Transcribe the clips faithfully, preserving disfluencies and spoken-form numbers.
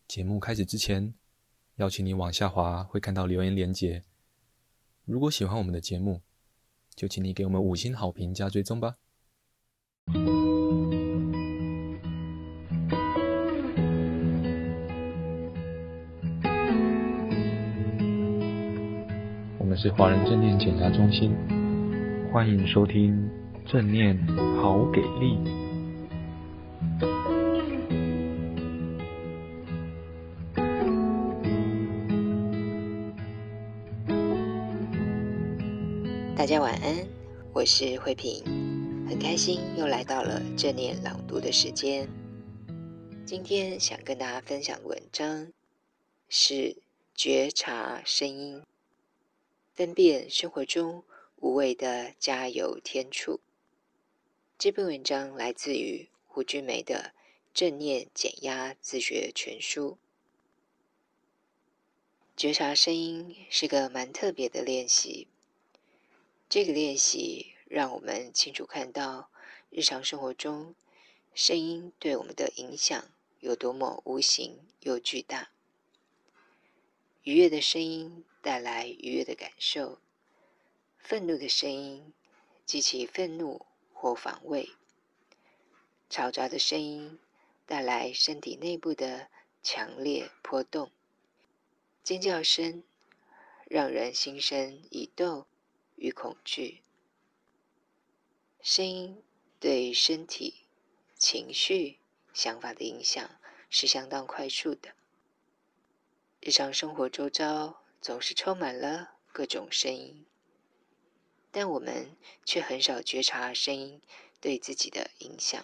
节目开始之前，邀请你往下滑，会看到留言连结。如果喜欢我们的节目，就请你给我们五星好评加追踪吧。我们是华人正念减压中心，欢迎收听正念好给力。 大家晚安，我是慧萍，很开心又来到了正念朗读的时间。今天想跟大家分享的文章是觉察声音，分辨生活中无谓的加油添醋。这篇文章来自于胡君梅的正念减压自学全书。觉察声音是个蛮特别的练习，这个练习让我们清楚看到日常生活中声音对我们的影响有多么无形又巨大。愉悦的声音带来愉悦的感受，愤怒的声音激起愤怒或防卫，嘈杂的声音带来身体内部的强烈波动，尖叫声让人心生疑窦与恐惧。声音对身体、情绪、想法的影响是相当快速的。日常生活周遭总是充满了各种声音，但我们却很少觉察声音对自己的影响。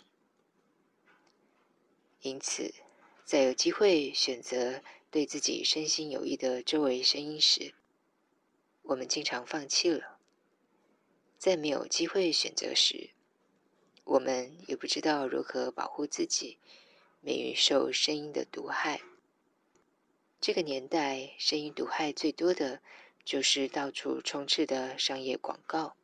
因此，在有机会选择对自己身心有益的周围声音时，我们经常放弃了。在没有机会选择时，我们也不知道如何保护自己免于受声音的毒害。这个年代，声音毒害最多的就是到处充斥的商业广告，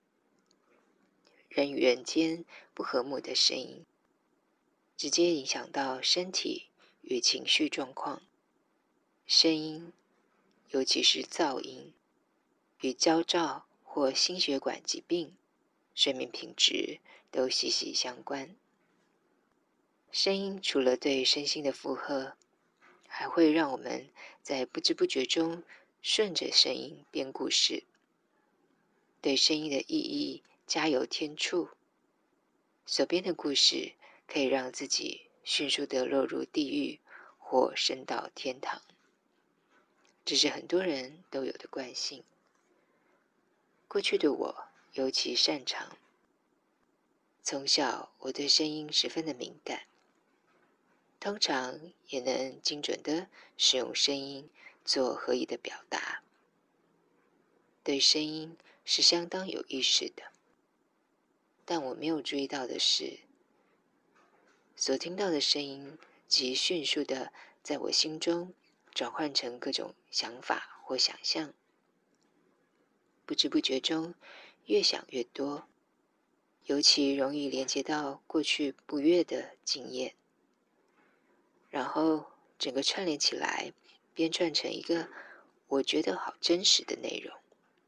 人与人间不和睦的声音，直接影响到身体与情绪状况。声音，尤其是噪音，与焦躁或心血管疾病、睡眠品质都息息相关。声音除了对身心的负荷，还会让我们在不知不觉中顺着声音编故事，对声音的意义加油添醋。所编的故事可以让自己迅速地落入地狱或升到天堂，这是很多人都有的惯性。过去的我尤其擅长。从小我对声音十分的敏感，通常也能精准地使用声音做合宜的表达，对声音是相当有意识的。但我没有注意到的是，所听到的声音极迅速地在我心中转换成各种想法或想象，不知不觉中越想越多，尤其容易连接到过去不悦的经验，然后整个串联起来，编串成一个我觉得好真实的内容。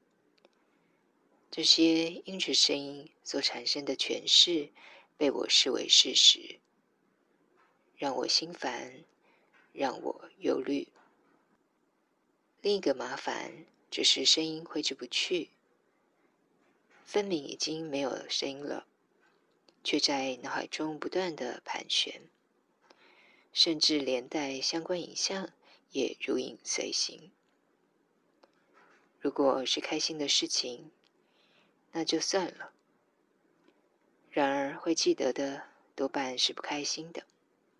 这些因着声音所产生的诠释被我视为事实，让我心烦，让我忧虑。另一个麻烦就是声音挥之不去，分明已经没有声音了，却在脑海中不断地盘旋，甚至连带相关影像也如影随形。如果是开心的事情，那就算了，然而会记得的多半是不开心的。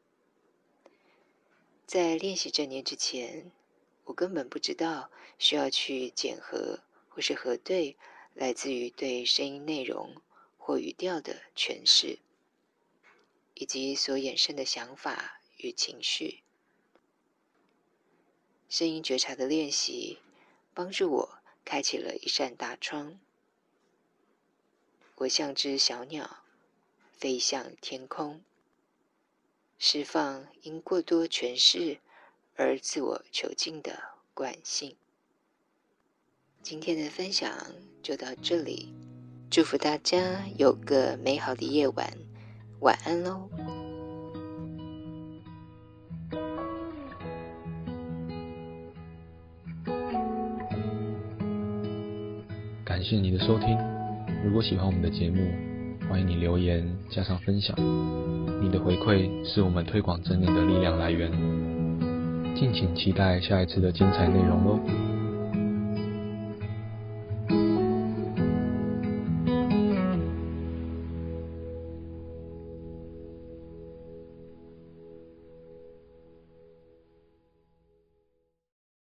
在练习正念之前，我根本不知道需要去检核或是核对来自于对声音内容或语调的诠释，以及所衍生的想法与情绪。声音觉察的练习帮助我开启了一扇大窗，我像只小鸟飞向天空，释放因过多诠释而自我囚禁的惯性。今天的分享就到这里，祝福大家有个美好的夜晚，晚安喽。 感谢你的收听，如果喜欢我们的节目，欢迎你留言加上分享，你的回馈是我们推广正念的力量来源。敬请期待下一次的精彩内容喽。